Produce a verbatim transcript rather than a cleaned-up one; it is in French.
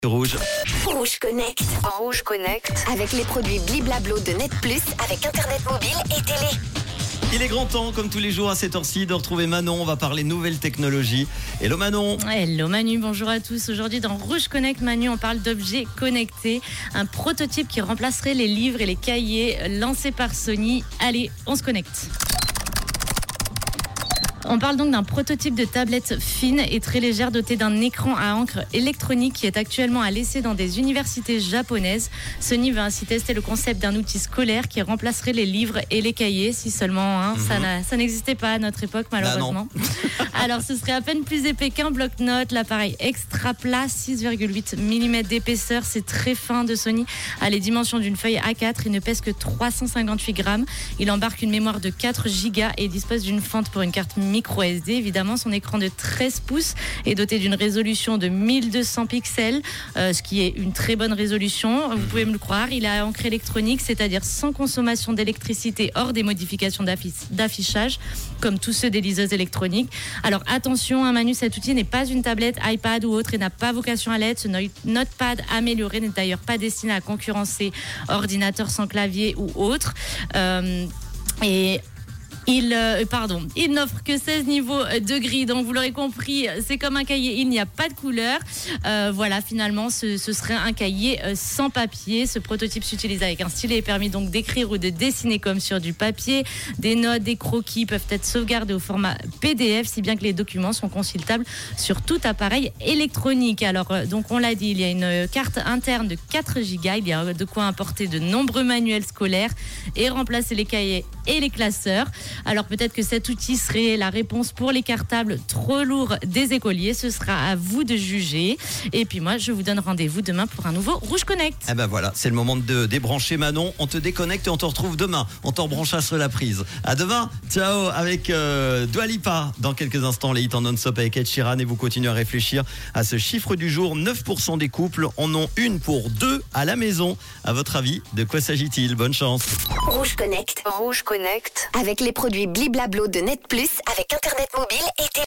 Rouge. Rouge Connect. Rouge Connect. Avec les produits Bliblablo de Net Plus, avec Internet mobile et télé. Il est grand temps, comme tous les jours à cette heure-ci, de retrouver Manon. On va parler nouvelles technologies. Hello Manon. Hello Manu, bonjour à tous. Aujourd'hui dans Rouge Connect, Manu, on parle d'objets connectés. Un prototype qui remplacerait les livres et les cahiers lancés par Sony. Allez, on se connecte. On parle donc d'un prototype de tablette fine et très légère dotée d'un écran à encre électronique qui est actuellement à l'essai dans des universités japonaises. Sony veut ainsi tester le concept d'un outil scolaire qui remplacerait les livres et les cahiers, si seulement hein, mm-hmm. ça, n'a, ça n'existait pas à notre époque malheureusement. Alors ce serait à peine plus épais qu'un bloc-notes, l'appareil extra plat, six virgule huit millimètres d'épaisseur, c'est très fin de Sony, a les dimensions d'une feuille A quatre, il ne pèse que trois cent cinquante-huit grammes, il embarque une mémoire de quatre gigas et dispose d'une fente pour une carte micro S D. Évidemment, son écran de treize pouces est doté d'une résolution de mille deux cents pixels, euh, ce qui est une très bonne résolution. Vous pouvez me le croire. Il a encre électronique, c'est-à-dire sans consommation d'électricité, hors des modifications d'affi- d'affichage, comme tous ceux des liseuses électroniques. Alors attention, hein, Manu, cet outil n'est pas une tablette, iPad ou autre et n'a pas vocation à l'être. Ce notepad amélioré n'est d'ailleurs pas destiné à concurrencer ordinateur sans clavier ou autre. Euh, et Il, euh, pardon, il n'offre que seize niveaux de gris, donc vous l'aurez compris, c'est comme un cahier, il n'y a pas de couleur. Euh, voilà, finalement, ce, ce serait un cahier sans papier. Ce prototype s'utilise avec un stylet et permet donc d'écrire ou de dessiner comme sur du papier. Des notes, des croquis peuvent être sauvegardés au format P D F, si bien que les documents sont consultables sur tout appareil électronique. Alors, euh, donc on l'a dit, il y a une carte interne de quatre gigas, il y a de quoi importer de nombreux manuels scolaires et remplacer les cahiers et les classeurs. Alors peut-être que cet outil serait la réponse pour les cartables trop lourds des écoliers. Ce sera à vous de juger. Et puis moi, je vous donne rendez-vous demain pour un nouveau Rouge Connect. Eh ben voilà, c'est le moment de débrancher Manon. On te déconnecte et on te retrouve demain. On t'en branchera sur la prise. À demain. Ciao avec euh, Dua Lipa. Dans quelques instants, les hits en non-stop avec Ed Sheeran. Et vous continuez à réfléchir à ce chiffre du jour. neuf pour cent des couples en ont une pour deux à la maison. À votre avis, de quoi s'agit-il? Bonne chance. Rouge Connect. Rouge Connect. Avec les produits Bliblablo de Net Plus, avec Internet mobile et télé.